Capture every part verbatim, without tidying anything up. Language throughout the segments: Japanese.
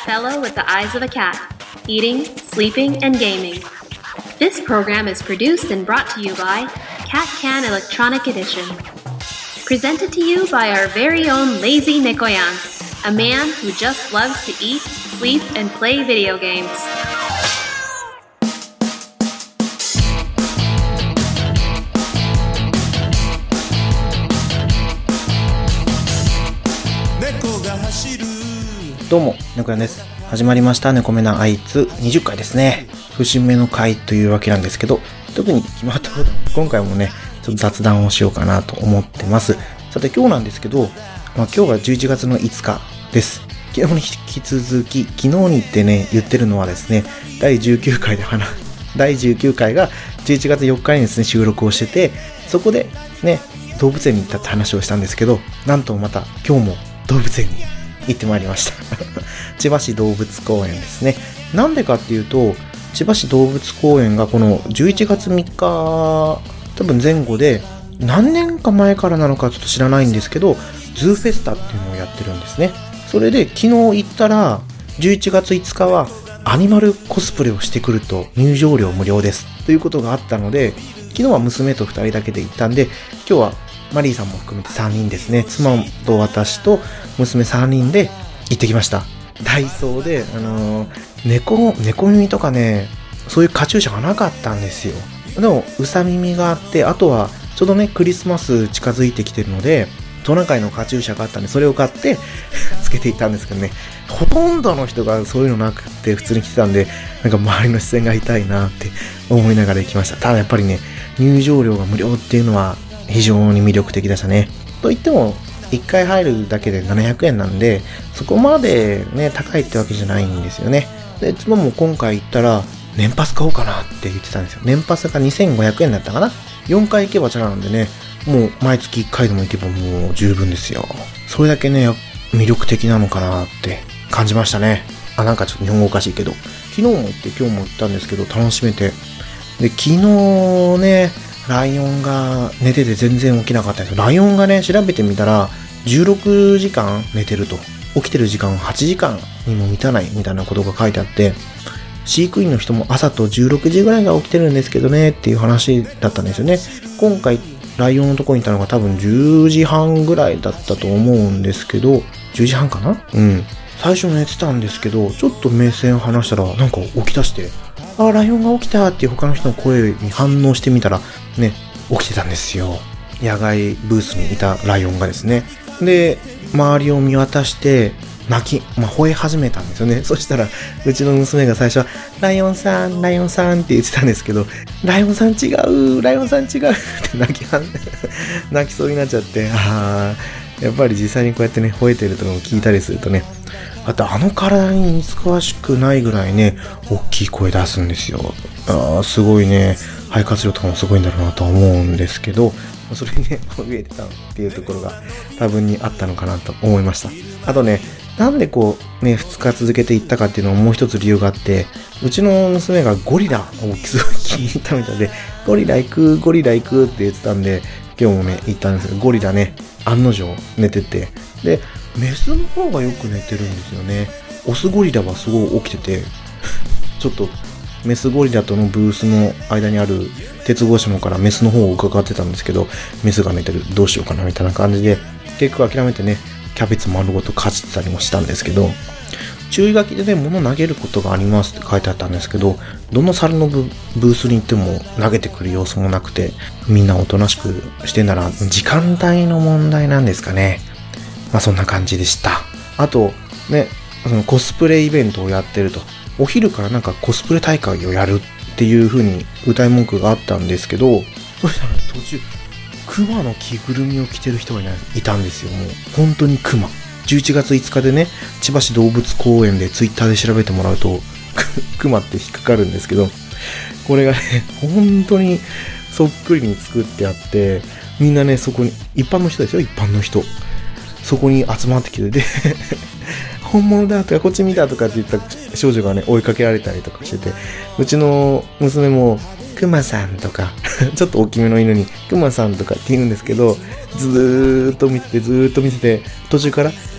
fellow with the eyes of a cat, eating, sleeping, and gaming. This program is produced and brought to you by Cat Can Electronic Edition. Presented to you by our very own Lazy Nekoyan, a man who just loves to eat, sleep, and play video games. Nekoが走る。 どうも、猫やんです。始まりました猫目なあいつにじゅっかいですね。節目の回というわけなんですけど、特に決まったこと、今回もね、ちょっと雑談をしようかなと思ってます。さて今日なんですけど、まあ、今日がじゅういちがつのいつかです。昨日に引き続き、昨日にってね、言ってるのはですね、だいじゅうきゅうかいで話、だいじゅうきゅうかいがじゅういちがつよっかにですね、収録をしてて、そこでね、動物園に行ったって話をしたんですけど、なんとまた今日も動物園に行ってまいりました。千葉市動物公園ですね。なんでかっていうと、千葉市動物公園がこのじゅういちがつみっか、多分前後で何年か前からなのかちょっと知らないんですけど、ズーフェスタっていうのをやってるんですね。それで昨日行ったらじゅういちがついつかはアニマルコスプレをしてくると入場料無料ですということがあったので、昨日は娘とふたりだけで行ったんで、今日はマリーさんも含めてさんにんですね。妻と私と娘さんにんで行ってきました。ダイソーで、あのー、猫、猫耳とかね、そういうカチューシャがなかったんですよ。でも、うさ耳があって、あとは、ちょうどね、クリスマス近づいてきてるので、トナカイのカチューシャがあったんで、それを買って、つけていったんですけどね、ほとんどの人がそういうのなくて、普通に来てたんで、なんか周りの視線が痛いなって思いながら行きました。ただやっぱりね、入場料が無料っていうのは、非常に魅力的でしたね。と言っても、いっかい入るだけでななひゃくえんなんで、そこまでね、高いってわけじゃないんですよね。で、妻も今回行ったら、年パス買おうかなって言ってたんですよ。年パスがにせんごひゃくえんだったかな。よんかい行けばチャラなんでね、もう毎月いっかいでも行けばもう十分ですよ。それだけね、魅力的なのかなって感じましたね。あ、なんかちょっと日本語おかしいけど、昨日も行って今日も行ったんですけど、楽しめて。で、昨日ね、ライオンが寝てて全然起きなかったんですよ。ライオンがね、調べてみたら、じゅうろくじかん寝てると。起きてる時間はちじかんにも満たないみたいなことが書いてあって、飼育員の人も朝とじゅうろくじぐらいが起きてるんですけどねっていう話だったんですよね。今回、ライオンのとこにいたのが多分じゅうじはんぐらいだったと思うんですけど、じゅうじはんかな？うん。最初寝てたんですけど、ちょっと目線を離したらなんか起き出して、あ、ライオンが起きたっていう他の人の声に反応してみたら、ね、起きてたんですよ。野外ブースにいたライオンがですね。で、周りを見渡して、泣き、まあ、吠え始めたんですよね。そしたら、うちの娘が最初は、ライオンさん、ライオンさんって言ってたんですけど、ライオンさん違う、ライオンさん違うって泣き、泣きそうになっちゃって、あー、やっぱり実際にこうやってね、吠えてるところを聞いたりするとね、あとあの体に似つかわしくないぐらいね、大きい声出すんですよ。あー、すごいね、肺活量とかもすごいんだろうなと思うんですけど、それにね、怯えてたっていうところが多分にあったのかなと思いました。あとね、なんでこうね、ふつか続けていったかっていうのももう一つ理由があって、うちの娘がゴリラをすごい気に入ったみたいで、ゴリラ行く、ゴリラ行くって言ってたんで、今日もね、行ったんですけど、ゴリラね、案の定寝てて、で、メスの方がよく寝てるんですよね。オスゴリラはすごい起きてて、ちょっと、メスゴリラとのブースの間にある鉄格子の方からメスの方を伺ってたんですけど、メスが寝てる、どうしようかなみたいな感じで、結局諦めてね、キャベツ丸ごとかじってたりもしたんですけど、注意書きでね、物投げることがありますって書いてあったんですけど、どの猿の ブ, ブースに行っても投げてくる様子もなくて、みんなおとなしくしてんなら時間帯の問題なんですかね。まあそんな感じでした。あとね、そのコスプレイベントをやってると、お昼からなんかコスプレ大会をやるっていう風に歌い文句があったんですけど、そしたら、ね、途中クマの着ぐるみを着てる人がいたんですよ。もう本当にクマ。じゅういちがついつかでね、千葉市動物公園でツイッターで調べてもらうとクマって引っかかるんですけど、これがね本当にそっくりに作ってあって、みんなね、そこに一般の人ですよ、一般の人そこに集まってきて、で本物だとかこっち見たとかって言った少女がね追いかけられたりとかしてて、うちの娘もクマさんとかちょっと大きめの犬にクマさんとかって言うんですけど、ずーっと見ててずーっと見てて、途中から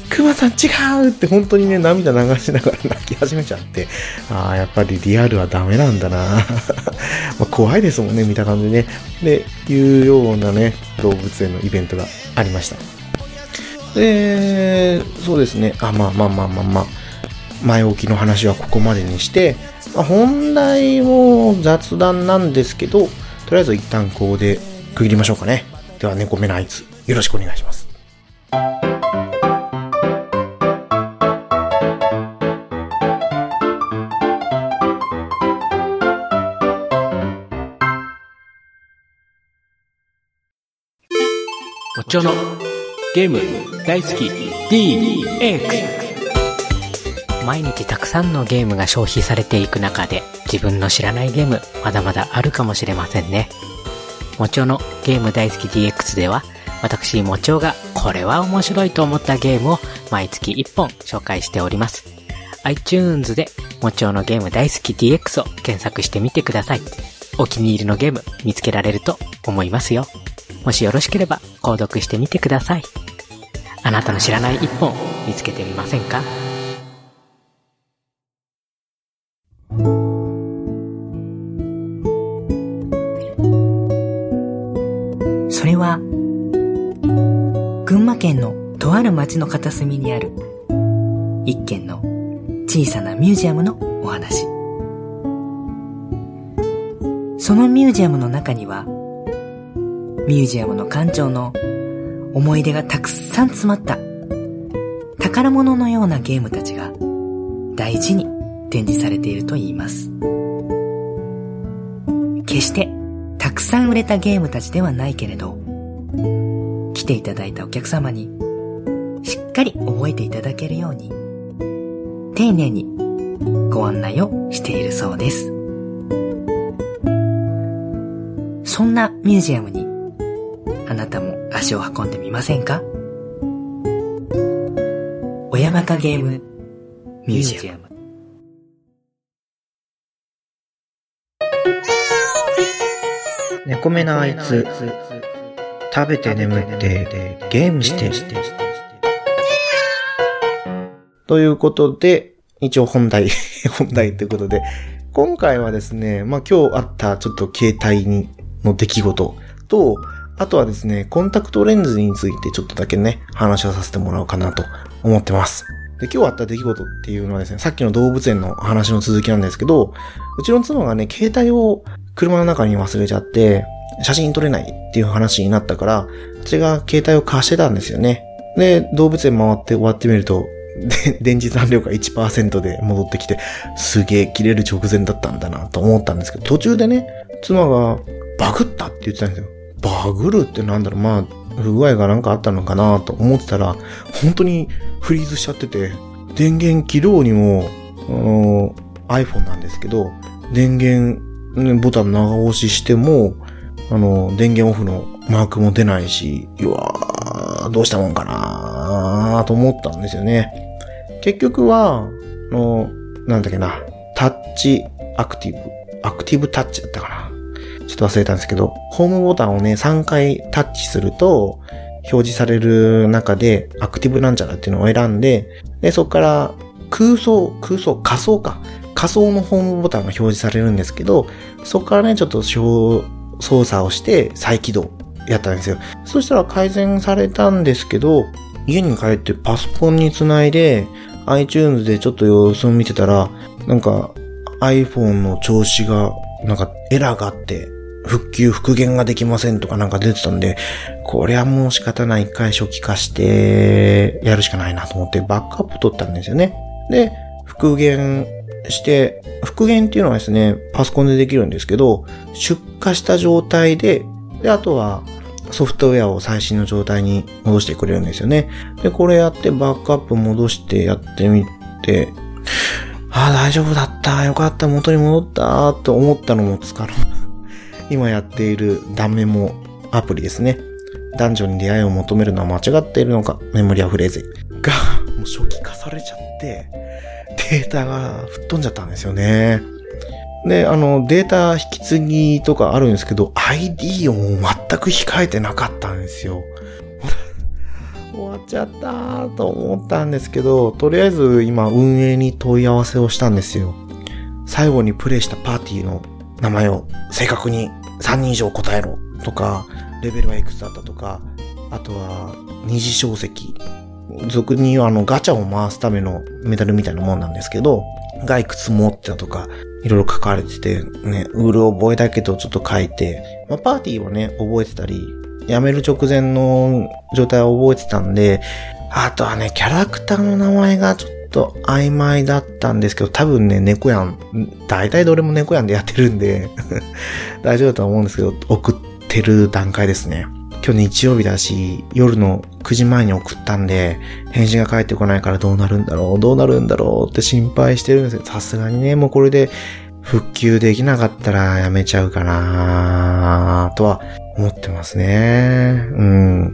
クマさん違うって本当にね、涙流しながら泣き始めちゃって、ああ、やっぱりリアルはダメなんだなまあ怖いですもんね、見た感じでね。で、いうようなね、動物園のイベントがありました。で、そうですね、あ、まあまあまあまあまあ、前置きの話はここまでにして、まあ、本題も雑談なんですけど、とりあえず一旦ここで区切りましょうかね。では、猫目のあいつ、よろしくお願いします。 もちょのゲーム大好き ディーエックス。 毎日たくさんのゲームが消費されていく中で、自分の知らないゲームまだまだあるかもしれませんね。もちょのゲーム大好き ディーエックス では、私もちょがこれは面白いと思ったゲームを毎月いっぽん紹介しております。 iTunes でもちょのゲーム大好き ディーエックス を検索してみてください。お気に入りのゲーム見つけられると思いますよ。もしよろしければ購読してみてください。あなたの知らない一本見つけてみませんか？それは群馬県のとある町の片隅にある一軒の小さなミュージアムのお話。そのミュージアムの中には、ミュージアムの館長の思い出がたくさん詰まった宝物のようなゲームたちが大事に展示されていると言います。決してたくさん売れたゲームたちではないけれど、来ていただいたお客様にしっかり覚えていただけるように丁寧にご案内をしているそうです。そんなミュージアムにあなたも足を運んでみませんか？おやまかゲームミュージアム。 猫目のあいつ、食べて眠ってゲームしてということで、一応本題本題ということで、今回はですね、まあ今日あったちょっと携帯にの出来事と、あとはですね、コンタクトレンズについてちょっとだけね、話をさせてもらおうかなと思ってます。で、今日あった出来事っていうのはですね、さっきの動物園の話の続きなんですけど、うちの妻がね、携帯を車の中に忘れちゃって、写真撮れないっていう話になったから、私が携帯を貸してたんですよね。で、動物園回って終わってみると、で、電池残量が いちパーセント で戻ってきて、すげえ切れる直前だったんだなと思ったんですけど、途中でね、妻がバグったって言ってたんですよ。バグるってなんだろう、まあ、不具合がなんかあったのかなと思ってたら、本当にフリーズしちゃってて、電源起動にも、iPhone なんですけど、電源ボタン長押ししても、あの、電源オフのマークも出ないし、うわー、どうしたもんかなーと思ったんですよね。結局は、あの、なんだっけな、タッチアクティブ、アクティブタッチだったかな。ちょっと忘れたんですけど、ホームボタンをね、さんかいタッチすると、表示される中で、アクティブなんちゃらっていうのを選んで、で、そこから空想、空想、仮想か。仮想のホームボタンが表示されるんですけど、そこからね、ちょっと操作をして再起動やったんですよ。そしたら改善されたんですけど、家に帰ってパソコンにつないで、iTunes でちょっと様子を見てたら、なんか iPhone の調子が、なんかエラーがあって、復旧復元ができませんとかなんか出てたんで、これはもう仕方ない。一回初期化してやるしかないなと思ってバックアップ取ったんですよね。で、復元して、復元っていうのはですね、パソコンでできるんですけど、出荷した状態で、で、あとはソフトウェアを最新の状態に戻してくれるんですよね。で、これやってバックアップ戻してやってみて、ああ、大丈夫だった。よかった。元に戻った。と思ったのもつかの。今やっている断面もアプリですね。男女に出会いを求めるのは間違っているのか、メモリアフレーズが、もう初期化されちゃって、データが吹っ飛んじゃったんですよね。で、あの、データ引き継ぎとかあるんですけど、アイディー をもう全く控えてなかったんですよ。 終わっちゃったと思ったんですけど、とりあえず今運営に問い合わせをしたんですよ。最後にプレイしたパーティーの名前を正確にさんにん以上答えろとか、レベルはいくつだったとか、あとは二次小石、俗に言うあのガチャを回すためのメダルみたいなもんなんですけど、がいくつ持ってたとか、いろいろ書かれてて、ね、うる覚えだけどちょっと書いて、まあ、パーティーはね、覚えてたり、辞める直前の状態を覚えてたんで、あとはね、キャラクターの名前がちょっと曖昧だったんですけど、多分ね、猫やん、大体どれも猫やんでやってるんで、大丈夫だと思うんですけど、送ってる段階ですね。今日日曜日だし、夜のくじまえに送ったんで、返信が返ってこないからどうなるんだろう、どうなるんだろうって心配してるんですけど、さすがにね、もうこれで復旧できなかったらやめちゃうかなとは思ってますね。うん。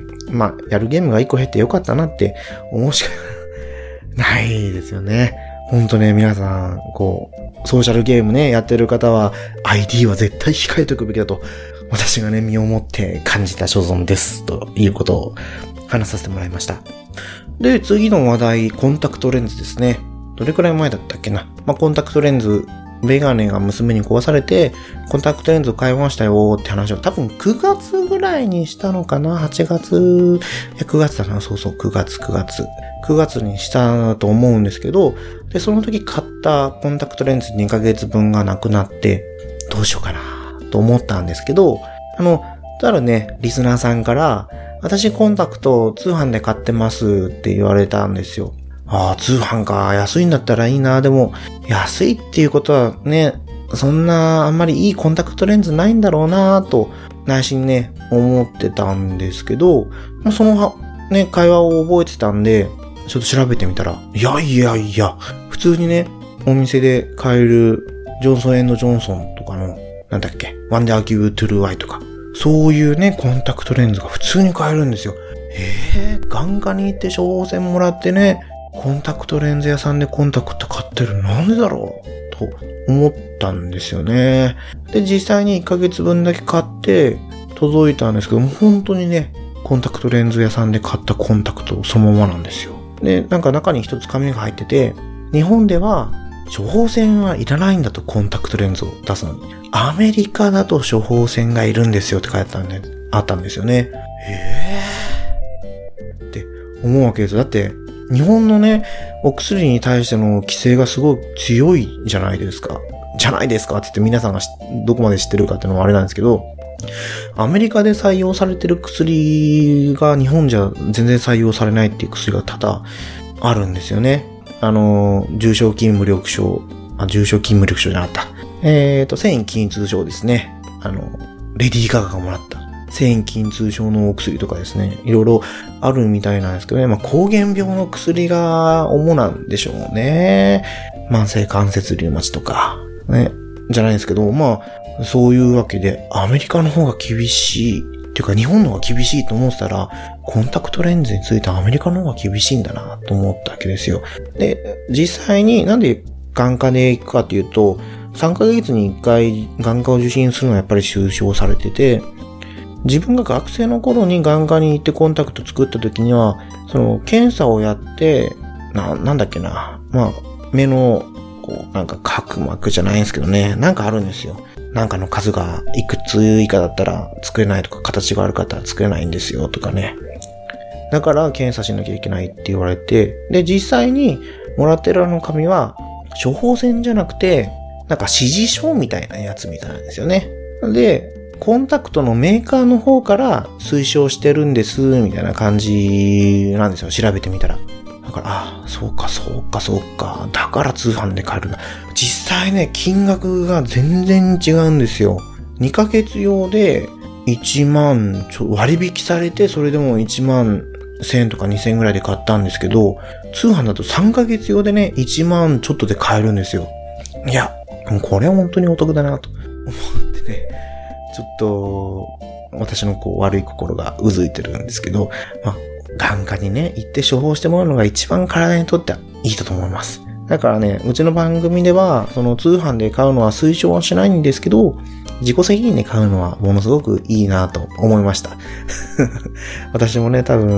まあ、やるゲームがいっこ減ってよかったなって思うしかないですよね。ほんとね、皆さん、こう、ソーシャルゲームね、やってる方は、アイディー は絶対控えておくべきだと、私がね、身をもって感じた所存です。ということを話させてもらいました。で、次の話題、コンタクトレンズですね。どれくらい前だったっけな。まあ、コンタクトレンズ、メガネが娘に壊されて、コンタクトレンズを買いましたよって話を多分くがつぐらいにしたのかな ?はちがつ、いやくがつだな。そうそう、くがつ、くがつ。くがつにしたと思うんですけど、で、その時買ったコンタクトレンズにかげつぶんがなくなって、どうしようかなと思ったんですけど、あの、ただね、リスナーさんから、私コンタクト通販で買ってますって言われたんですよ。ああ、通販か。安いんだったらいいな。でも、安いっていうことはね、そんなあんまりいいコンタクトレンズないんだろうなと、内心ね、思ってたんですけど、そのね、会話を覚えてたんで、ちょっと調べてみたら、いやいやいや、普通にね、お店で買えるジョンソン&ジョンソンとかの、なんだっけ、ワンデアキュートゥルーアイとか、そういうね、コンタクトレンズが普通に買えるんですよ。えー、眼科に行って処方箋もらってね、コンタクトレンズ屋さんでコンタクト買ってるなんでだろうと思ったんですよね。で、実際にいっかげつぶんだけ買って届いたんですけども、本当にね、コンタクトレンズ屋さんで買ったコンタクトそのままなんですよ。で、なんか中に一つ紙が入ってて、日本では処方箋はいらないんだと、コンタクトレンズを出すのに。アメリカだと処方箋がいるんですよって書いてあったんで、あったんですよね。えーって思うわけです。だって、日本のね、お薬に対しての規制がすごい強いじゃないですか。じゃないですかって言って皆さんがどこまで知ってるかっていうのもあれなんですけど、アメリカで採用されてる薬が日本じゃ全然採用されないっていう薬が多々あるんですよね。あの、重症筋無力症、あ、重症筋無力症じゃなかった。えーと、繊維筋痛症ですね。あの、レディーガガがもらった。繊維筋痛症のお薬とかですね。いろいろあるみたいなんですけどね。まあ、膠原病の薬が主なんでしょうね。慢性関節リウマチとか、ね。じゃないですけど、まあ、そういうわけで、アメリカの方が厳しい。っていうか、日本の方が厳しいと思ってたら、コンタクトレンズについてアメリカの方が厳しいんだなと思ったわけですよ。で、実際になんで眼科で行くかというと、さんかげつにいっかい眼科を受診するのはやっぱり推奨されてて、自分が学生の頃に眼科に行ってコンタクト作った時には、その検査をやって、な、なんだっけな。まあ、目の、こう、なんか角膜じゃないんですけどね。なんかあるんですよ。なんかの数がいくつ以下だったら作れないとか、形が悪かったら作れないんですよとかね。だから検査しなきゃいけないって言われて、で、実際にもらってるあの紙は、処方箋じゃなくて、なんか指示書みたいなやつみたいなんですよね。で、コンタクトのメーカーの方から推奨してるんです、みたいな感じなんですよ。調べてみたら。だから、あ、そうか、そうか、そうか。だから通販で買えるな。実際ね、金額が全然違うんですよ。にかげつ用でいちまんちょ割引されて、それでもいちまんせんえんとかにせんえんぐらいで買ったんですけど、通販だとさんかげつ用でね、いちまんちょっとで買えるんですよ。いや、これは本当にお得だなと思ってね。ちょっと、私のこう悪い心がうずいてるんですけど、まあ、眼科にね、行って処方してもらうのが一番体にとってはいいと思います。だからね、うちの番組では、その通販で買うのは推奨はしないんですけど、自己責任で買うのはものすごくいいなと思いました。私もね、多分、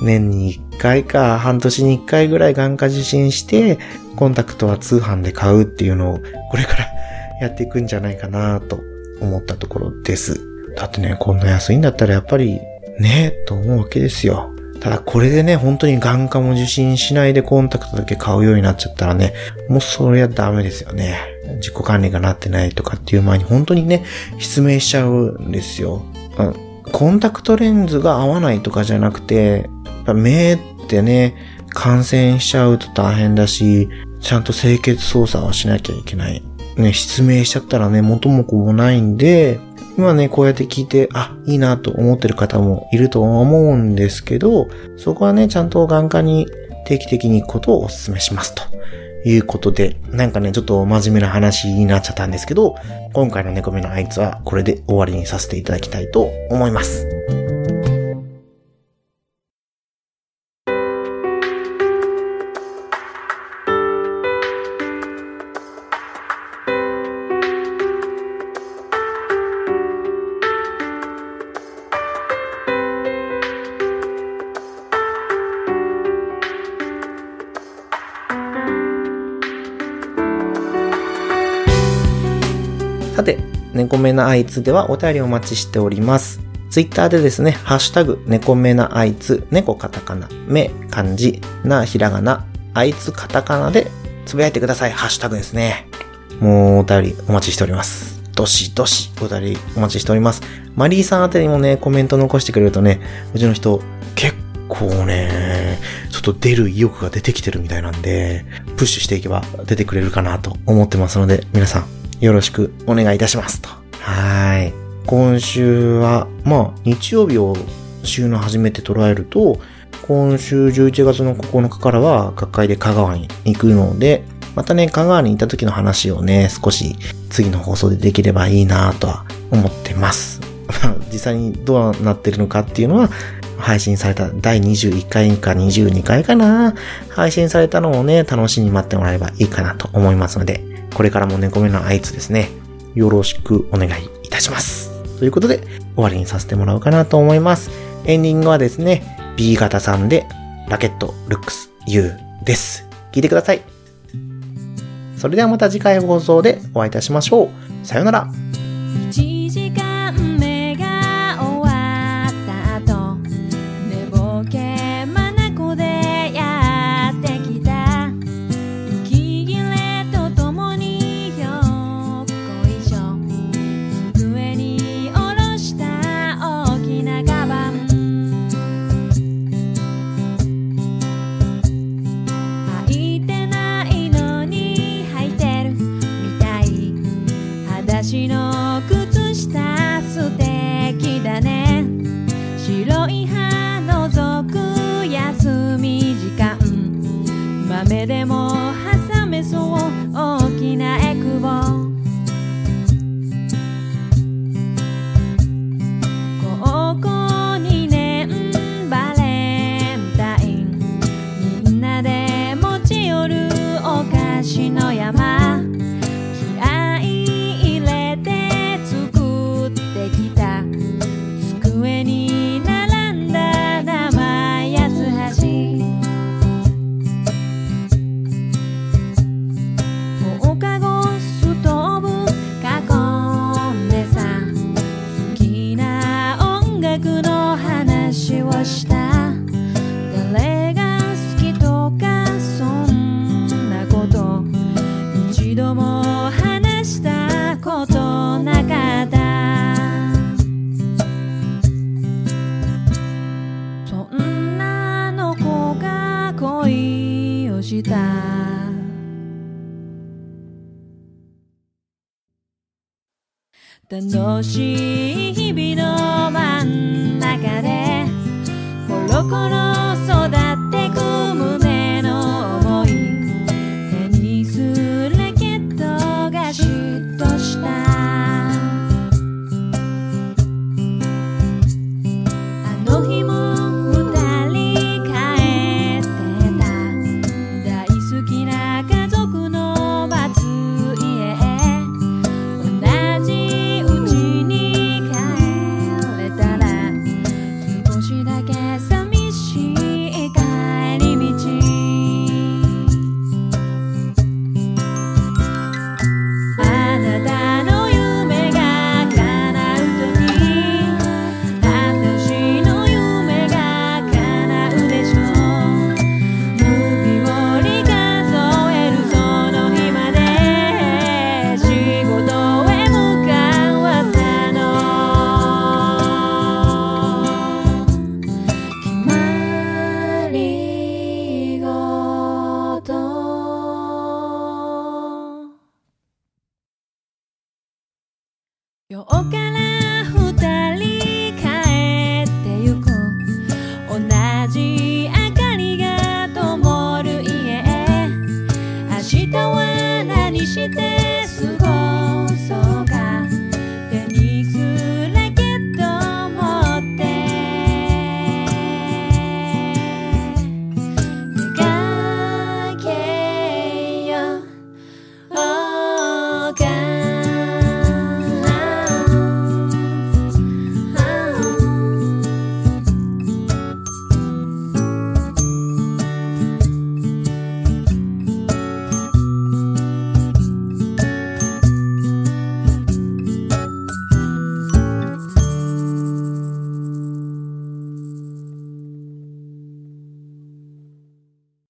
年にいっかいか半年にいっかいぐらい眼科受診して、コンタクトは通販で買うっていうのをこれからやっていくんじゃないかなと思ったところです。だってね、こんな安いんだったらやっぱりね、と思うわけですよ。ただこれでね、本当に眼科も受診しないでコンタクトだけ買うようになっちゃったらね、もうそれはダメですよね。自己管理がなってないとかっていう前に本当にね、失明しちゃうんですよ。コンタクトレンズが合わないとかじゃなくて、やっぱ目ってね、感染しちゃうと大変だし、ちゃんと清潔操作をしなきゃいけない。ね、失明しちゃったらね、元も子もないんで、今ね、こうやって聞いて、あ、いいなと思ってる方もいると思うんですけど、そこはね、ちゃんと眼科に定期的に行くことをお勧めしますということで、なんかね、ちょっと真面目な話になっちゃったんですけど、今回の猫目のあいつはこれで終わりにさせていただきたいと思います。さて、猫目なあいつではお便りお待ちしております。ツイッターでですね、ハッシュタグ、猫目なあいつ、猫カタカナ、目漢字、なひらがな、あいつカタカナでつぶやいてください。ハッシュタグですね。もうお便りお待ちしております。どしどしお便りお待ちしております。マリーさんあたりにもね、コメント残してくれるとね、うちの人結構ね、ちょっと出る意欲が出てきてるみたいなんで、プッシュしていけば出てくれるかなと思ってますので、皆さんよろしくお願いいたしますと。はい。今週は、まあ、日曜日を週の初めて捉えると、今週じゅういちがつのここのかからは学会で香川に行くので、またね、香川に行った時の話をね、少し次の放送でできればいいなとは思ってます。実際にどうなってるのかっていうのは、配信されただいにじゅういっかいかにじゅうにかいかな、配信されたのをね、楽しみに待ってもらえばいいかなと思いますので、これからも猫目のあいつですね、よろしくお願いいたします。ということで、終わりにさせてもらおうかなと思います。エンディングはですね、B 型さんで、ラケット、ルックス、U です。聞いてください。それではまた次回放送でお会いいたしましょう。さようなら。 いちじかんめが終わった後、寝ぼけまなこでやってきた。息切れとともにひょっこいしょ、机に下ろした大きなカバン。履いてないのに履いてるみたい。裸足の靴下素敵だね。白い歯覗く休み時間、豆でも挟めそう大きなエクボ。高校にねんバレンタイン、みんなで持ち寄るお菓子の山。気合い入れて作ってきた。机に並んだ生八つ橋。放課後ストーブ囲んでさ、好きな音楽の話をした。誰が好きとかそんなこと一度も話したことなかった。そんなあの子が恋をした。楽しい日々の真ん中でコロコロ育ってく胸の想い。テニスラケットが嫉妬した。あの日も二人帰ってた。大好きな家族の待つ家へ。同じうちに帰れたら少しだ